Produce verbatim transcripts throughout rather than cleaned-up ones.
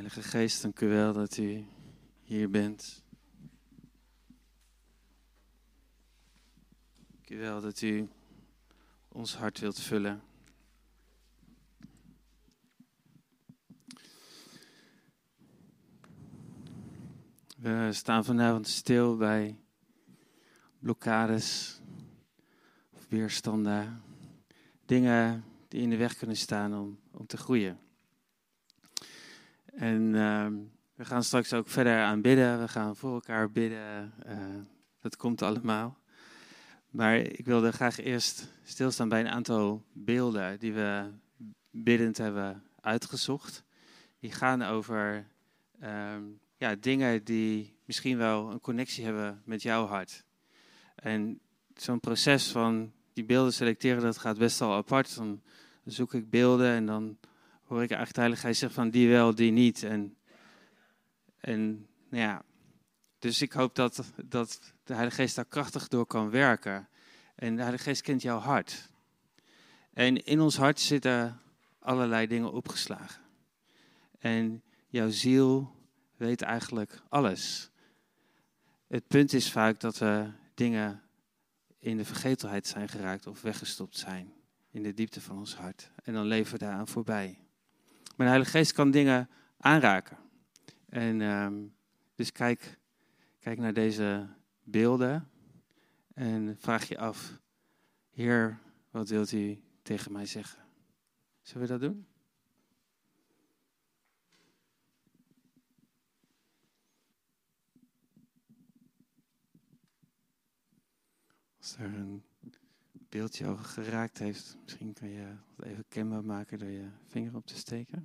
Heilige Geest, dank u wel dat u hier bent. Dank u wel dat u ons hart wilt vullen. We staan vanavond stil bij blokkades of weerstanden. Dingen die in de weg kunnen staan om, om te groeien. En uh, we gaan straks ook verder aanbidden. We gaan voor elkaar bidden. Uh, dat komt allemaal. Maar ik wilde graag eerst stilstaan bij een aantal beelden die we biddend hebben uitgezocht. Die gaan over uh, ja, dingen die misschien wel een connectie hebben met jouw hart. En zo'n proces van die beelden selecteren, dat gaat best wel apart. Dan zoek ik beelden en dan hoor ik eigenlijk de Heilige Geest zeggen van die wel, die niet. En, en nou ja, dus ik hoop dat, dat de Heilige Geest daar krachtig door kan werken. En de Heilige Geest kent jouw hart. En in ons hart zitten allerlei dingen opgeslagen. En jouw ziel weet eigenlijk alles. Het punt is vaak dat we dingen in de vergetelheid zijn geraakt of weggestopt zijn. In de diepte van ons hart. En dan leven we daaraan voorbij. Maar de Heilige Geest kan dingen aanraken. En um, dus kijk, kijk naar deze beelden. En vraag je af, Heer, wat wilt u tegen mij zeggen? Zullen we dat doen? Als er een beeldje al geraakt heeft, misschien kan je het even kenbaar maken door je vinger op te steken.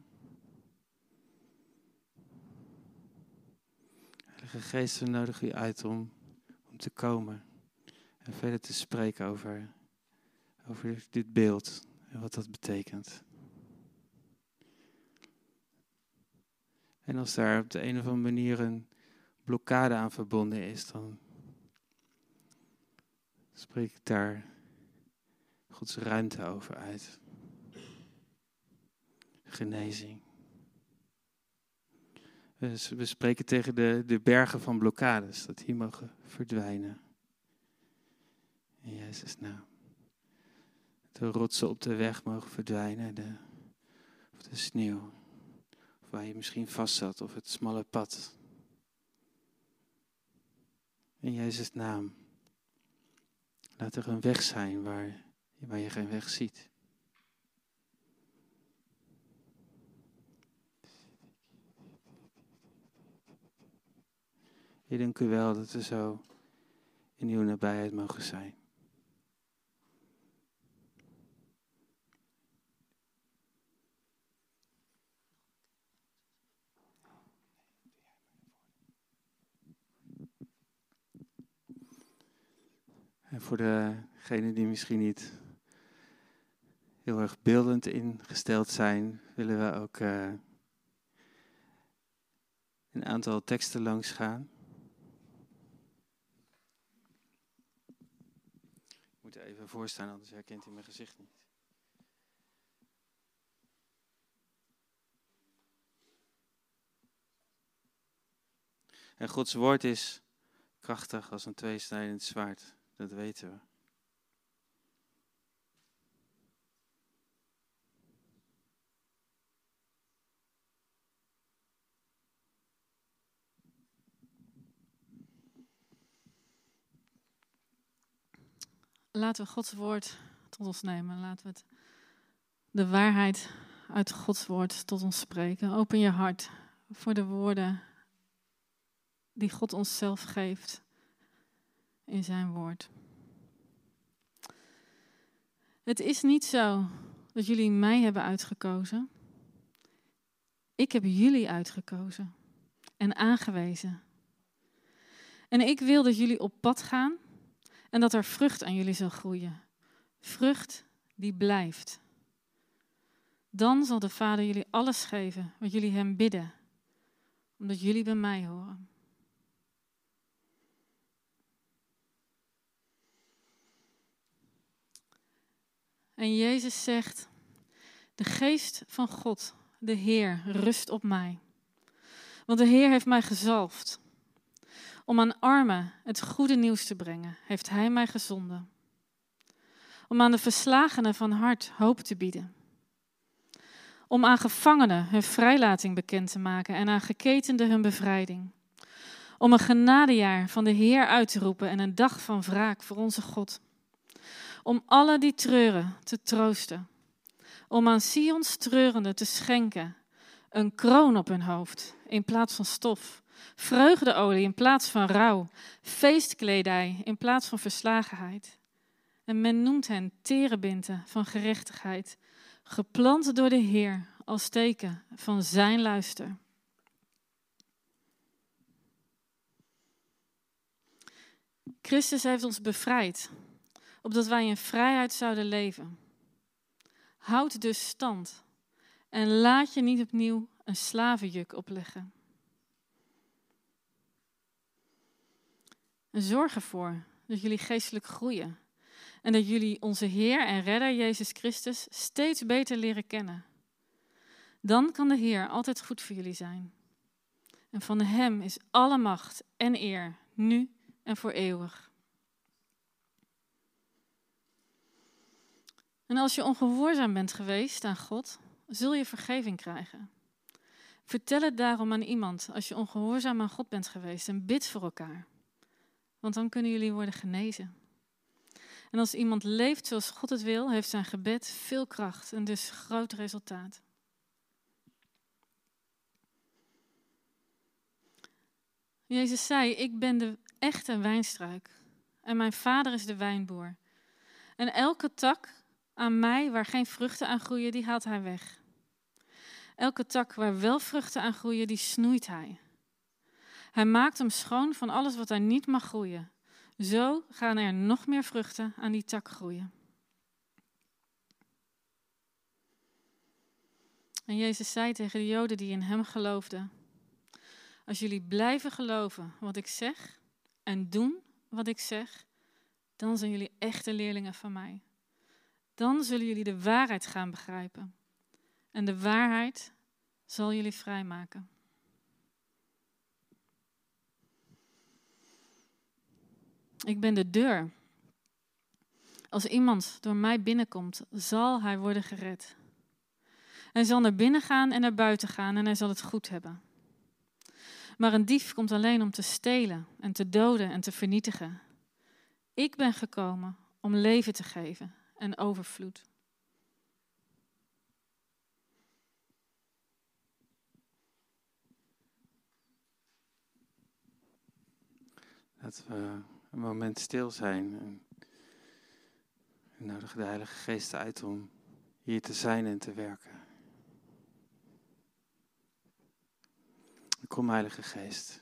Heilige Geest, we nodigen u uit om, om te komen en verder te spreken over, over dit beeld en wat dat betekent. En als daar op de een of andere manier een blokkade aan verbonden is, dan spreek ik daar Gods ruimte over uit. Genezing. We, we spreken tegen de, de bergen van blokkades, dat die mogen verdwijnen. In Jezus' naam. De rotsen op de weg mogen verdwijnen, de, of de sneeuw. Of waar je misschien vast zat, of het smalle pad. In Jezus' naam. Laat er een weg zijn waar, waar je geen weg ziet. Ik dank u wel dat we zo in uw nabijheid mogen zijn. En voor degenen die misschien niet heel erg beeldend ingesteld zijn, willen we ook uh, een aantal teksten langs gaan. Ik moet er even voor staan, anders herkent u mijn gezicht niet. En Gods woord is krachtig als een tweesnijdend zwaard. Dat weten we. Laten we Gods woord tot ons nemen. Laten we het, de waarheid uit Gods woord tot ons spreken. Open je hart voor de woorden die God ons zelf geeft in zijn woord. Het is niet zo dat jullie mij hebben uitgekozen. Ik heb jullie uitgekozen en aangewezen. En ik wil dat jullie op pad gaan en dat er vrucht aan jullie zal groeien. Vrucht die blijft. Dan zal de Vader jullie alles geven wat jullie hem bidden, omdat jullie bij mij horen. En Jezus zegt, de geest van God, de Heer, rust op mij. Want de Heer heeft mij gezalfd. Om aan armen het goede nieuws te brengen, heeft Hij mij gezonden. Om aan de verslagenen van hart hoop te bieden. Om aan gevangenen hun vrijlating bekend te maken en aan geketenden hun bevrijding. Om een genadejaar van de Heer uit te roepen en een dag van wraak voor onze God. Om alle die treuren te troosten. Om aan Sions treurenden te schenken een kroon op hun hoofd in plaats van stof. Vreugdeolie in plaats van rouw. Feestkledij in plaats van verslagenheid. En men noemt hen terebinten van gerechtigheid. Geplant door de Heer als teken van zijn luister. Christus heeft ons bevrijd, opdat wij in vrijheid zouden leven. Houd dus stand en laat je niet opnieuw een slavenjuk opleggen. En zorg ervoor dat jullie geestelijk groeien en dat jullie onze Heer en Redder Jezus Christus steeds beter leren kennen. Dan kan de Heer altijd goed voor jullie zijn. En van Hem is alle macht en eer, nu en voor eeuwig. En als je ongehoorzaam bent geweest aan God, zul je vergeving krijgen. Vertel het daarom aan iemand als je ongehoorzaam aan God bent geweest en bid voor elkaar. Want dan kunnen jullie worden genezen. En als iemand leeft zoals God het wil, heeft zijn gebed veel kracht en dus groot resultaat. Jezus zei, ik ben de echte wijnstruik en mijn vader is de wijnboer. En elke tak aan mij waar geen vruchten aan groeien, die haalt hij weg. Elke tak waar wel vruchten aan groeien, die snoeit hij. Hij maakt hem schoon van alles wat er niet mag groeien. Zo gaan er nog meer vruchten aan die tak groeien. En Jezus zei tegen de Joden die in hem geloofden: als jullie blijven geloven wat ik zeg en doen wat ik zeg, dan zijn jullie echte leerlingen van mij. Dan zullen jullie de waarheid gaan begrijpen. En de waarheid zal jullie vrijmaken. Ik ben de deur. Als iemand door mij binnenkomt, zal hij worden gered. Hij zal naar binnen gaan en naar buiten gaan en hij zal het goed hebben. Maar een dief komt alleen om te stelen en te doden en te vernietigen. Ik ben gekomen om leven te geven en overvloed. Laten we een moment stil zijn en we nodigen de Heilige Geest uit om hier te zijn en te werken. Kom, Heilige Geest.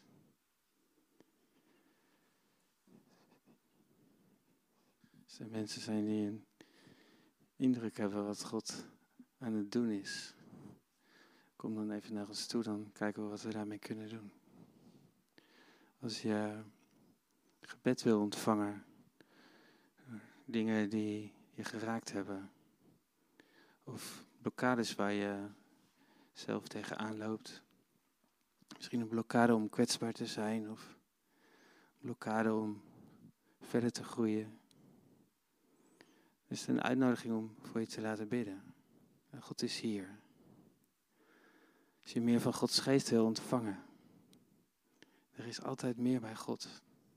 Als er mensen zijn die een indruk hebben wat God aan het doen is, kom dan even naar ons toe, dan kijken we wat we daarmee kunnen doen. Als je gebed wil ontvangen, dingen die je geraakt hebben, of blokkades waar je zelf tegenaan loopt. Misschien een blokkade om kwetsbaar te zijn, of een blokkade om verder te groeien. Het is een uitnodiging om voor je te laten bidden. En God is hier. Als je meer van Gods geest wil ontvangen, er is altijd meer bij God.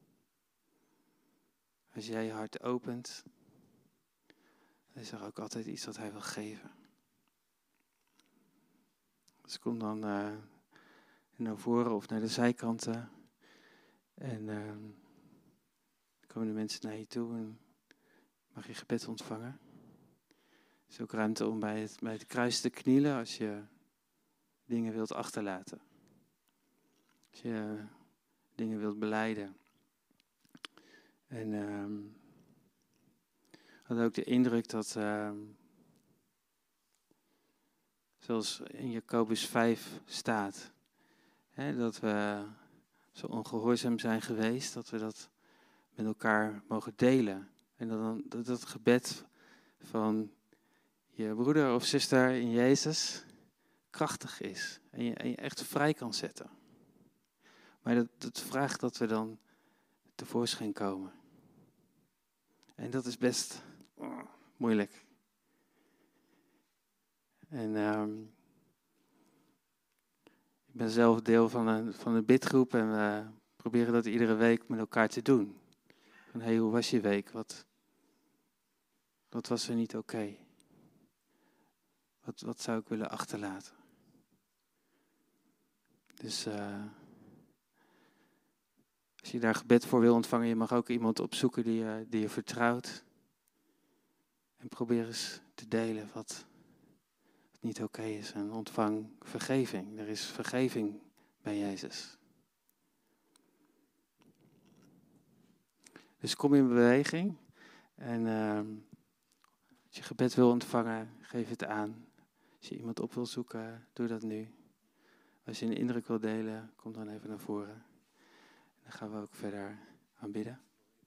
Als jij je hart opent, dan is er ook altijd iets wat hij wil geven. Dus kom dan uh, naar voren of naar de zijkanten. En uh, dan komen de mensen naar je toe en mag je gebed ontvangen. Er is ook ruimte om bij het, bij het kruis te knielen als je dingen wilt achterlaten. Als je dingen wilt belijden. En uh, ik had ook de indruk dat, uh, zoals in Jacobus vijf staat, hè, dat we zo ongehoorzaam zijn geweest, dat we dat met elkaar mogen delen. En dat, dat het gebed van je broeder of zuster in Jezus krachtig is en je, en je echt vrij kan zetten. Maar dat, dat vraagt dat we dan tevoorschijn komen. En dat is best oh, moeilijk. En um, ik ben zelf deel van een, van een bidgroep en we proberen dat iedere week met elkaar te doen. Van, hey, hoe was je week? Wat, wat was er niet oké? Okay? Wat, wat zou ik willen achterlaten? Dus uh, als je daar gebed voor wil ontvangen, je mag ook iemand opzoeken die, uh, die je vertrouwt. En probeer eens te delen wat niet oké okay is. En ontvang vergeving. Er is vergeving bij Jezus. Dus kom in beweging. En uh, als je gebed wil ontvangen, geef het aan. Als je iemand op wil zoeken, doe dat nu. Als je een indruk wil delen, kom dan even naar voren. En dan gaan we ook verder aanbidden.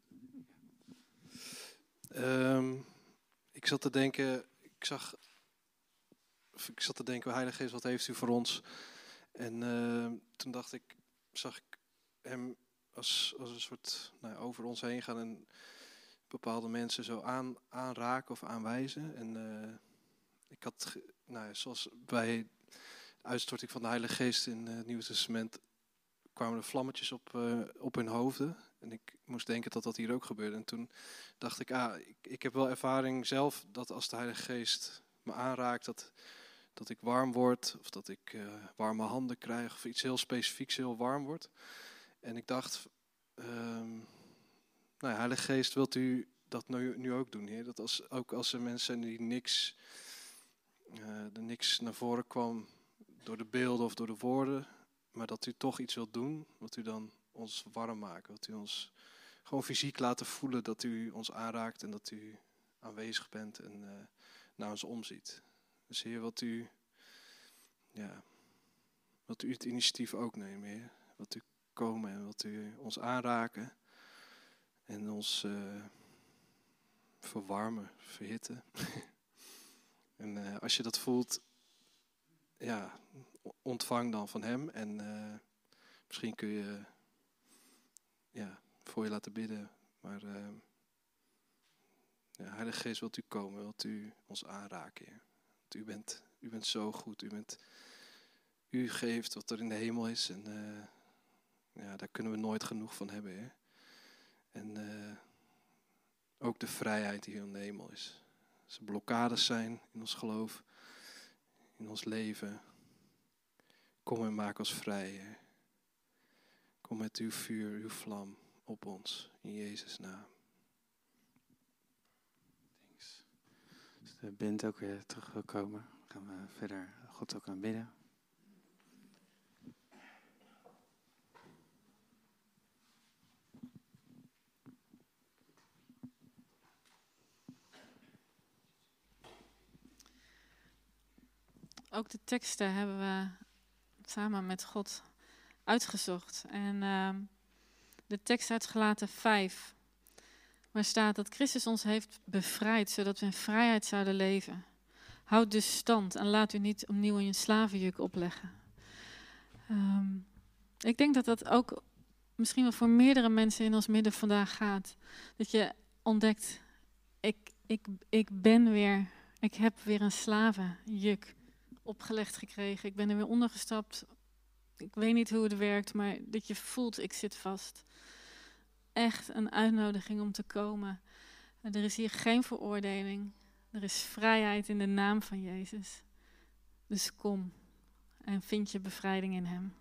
Um, ik zat te denken, ik zag, ik zat te denken, Heilige Geest, wat heeft u voor ons? En uh, toen dacht ik, zag ik hem als, als een soort nou, over ons heen gaan en bepaalde mensen zo aan, aanraken of aanwijzen. En uh, ik had, nou, zoals bij de uitstorting van de Heilige Geest in het Nieuwe Testament kwamen er vlammetjes op, uh, op hun hoofden. En ik moest denken dat dat hier ook gebeurde. En toen dacht ik, ah, ik, ik heb wel ervaring zelf dat als de Heilige Geest me aanraakt, dat, dat ik warm word. Of dat ik uh, warme handen krijg. Of iets heel specifieks heel warm wordt. En ik dacht, um, nou ja, Heilige Geest, wilt u dat nu, nu ook doen, Heer? Dat als, ook als er mensen zijn die niks, uh, er niks naar voren kwam door de beelden of door de woorden, maar dat u toch iets wilt doen, wat u dan ons warm maakt. Dat u ons gewoon fysiek laten voelen dat u ons aanraakt en dat u aanwezig bent en uh, naar ons omziet. Dus Heer, wat u, ja, wat u het initiatief ook nemen, Heer. Wat u komen en wat u ons aanraken en ons uh, verwarmen, verhitten. En uh, als je dat voelt, ja, ontvang dan van hem en uh, misschien kun je ja, voor je laten bidden. Maar uh, ja, Heilige Geest, wilt u komen, wilt u ons aanraken, Heer. Want u bent, u bent zo goed, u, bent, u geeft wat er in de hemel is en uh, ja, daar kunnen we nooit genoeg van hebben, Heer. En uh, ook de vrijheid die hier in de hemel is. Als er blokkades zijn in ons geloof, in ons leven, kom en maak ons vrij, Heer. Kom met uw vuur, uw vlam op ons, in Jezus' naam. Thanks. Als de band ook weer terug wil komen, gaan we verder God ook aanbidden. Ook de teksten hebben we samen met God uitgezocht. En uh, de tekst uit Galaten vijf, waar staat dat Christus ons heeft bevrijd, zodat we in vrijheid zouden leven. Houd dus stand en laat u niet opnieuw in je slavenjuk opleggen. Um, ik denk dat dat ook misschien wel voor meerdere mensen in ons midden vandaag gaat. Dat je ontdekt, ik, ik, ik ben weer, ik heb weer een slavenjuk opgelegd gekregen. Ik ben er weer ondergestapt. Ik weet niet hoe het werkt, maar dat je voelt, ik zit vast. Echt een uitnodiging om te komen. Er is hier geen veroordeling. Er is vrijheid in de naam van Jezus. Dus kom en vind je bevrijding in hem.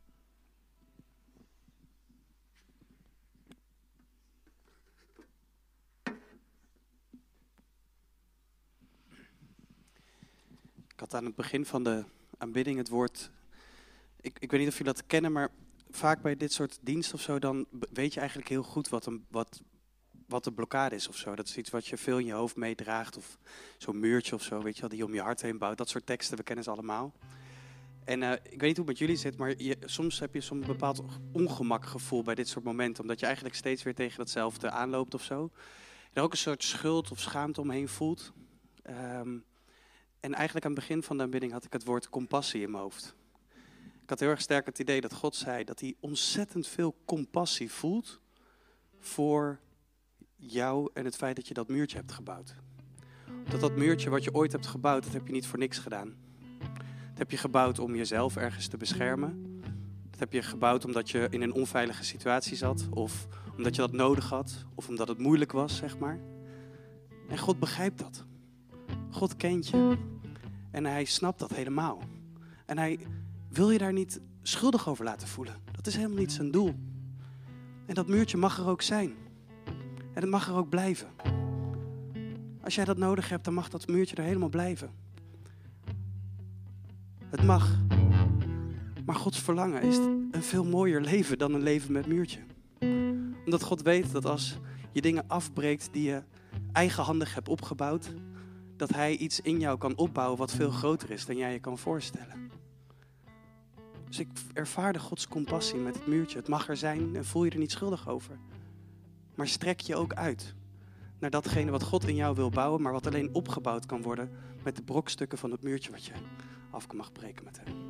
Ik had aan het begin van de aanbidding het woord, ik, ik weet niet of jullie dat kennen, maar vaak bij dit soort diensten of zo, dan weet je eigenlijk heel goed wat, een, wat, wat de blokkade is of zo. Dat is iets wat je veel in je hoofd meedraagt of zo'n muurtje of zo, weet je wel, die je om je hart heen bouwt. Dat soort teksten, we kennen ze allemaal. En uh, ik weet niet hoe het met jullie zit, maar je, soms heb je zo'n bepaald ongemakgevoel bij dit soort momenten, omdat je eigenlijk steeds weer tegen datzelfde aanloopt of zo. En er ook een soort schuld of schaamte omheen voelt. Um, En eigenlijk aan het begin van de aanbidding had ik het woord compassie in mijn hoofd. Ik had heel erg sterk het idee dat God zei dat hij ontzettend veel compassie voelt voor jou en het feit dat je dat muurtje hebt gebouwd. Dat dat muurtje wat je ooit hebt gebouwd, dat heb je niet voor niks gedaan. Dat heb je gebouwd om jezelf ergens te beschermen. Dat heb je gebouwd omdat je in een onveilige situatie zat. Of omdat je dat nodig had. Of omdat het moeilijk was, zeg maar. En God begrijpt dat. God kent je. En hij snapt dat helemaal. En hij wil je daar niet schuldig over laten voelen. Dat is helemaal niet zijn doel. En dat muurtje mag er ook zijn. En het mag er ook blijven. Als jij dat nodig hebt, dan mag dat muurtje er helemaal blijven. Het mag. Maar Gods verlangen is een veel mooier leven dan een leven met muurtje. Omdat God weet dat als je dingen afbreekt die je eigenhandig hebt opgebouwd, dat hij iets in jou kan opbouwen wat veel groter is dan jij je kan voorstellen. Dus ik ervaarde Gods compassie met het muurtje. Het mag er zijn en voel je er niet schuldig over. Maar strek je ook uit naar datgene wat God in jou wil bouwen, maar wat alleen opgebouwd kan worden met de brokstukken van het muurtje wat je af mag breken met hem.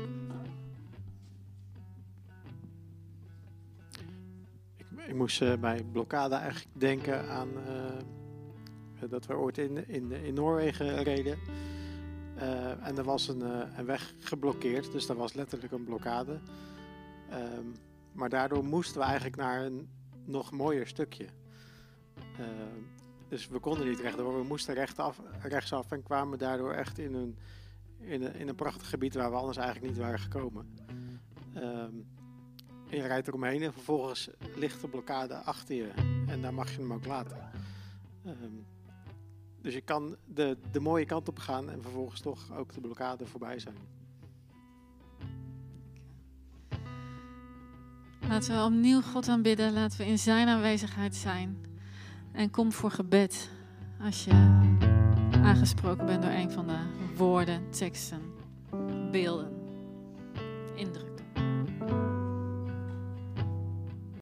Ik, ik moest uh, bij blokkade eigenlijk denken aan uh, dat we ooit in, in, in Noorwegen reden. Uh, en er was een, uh, een weg geblokkeerd, dus dat was letterlijk een blokkade. Um, maar daardoor moesten we eigenlijk naar een nog mooier stukje. Uh, dus we konden niet rechtdoor, we moesten rechtaf, rechtsaf en kwamen daardoor echt in een, in, een, in een prachtig gebied waar we anders eigenlijk niet waren gekomen. Um, en je rijdt eromheen en vervolgens ligt de blokkade achter je en daar mag je hem ook laten. Um, dus je kan de, de mooie kant op gaan en vervolgens toch ook de blokkade voorbij zijn. Laten we opnieuw God aanbidden. Laten we in zijn aanwezigheid zijn. En kom voor gebed als je aangesproken bent door een van de woorden, teksten, beelden.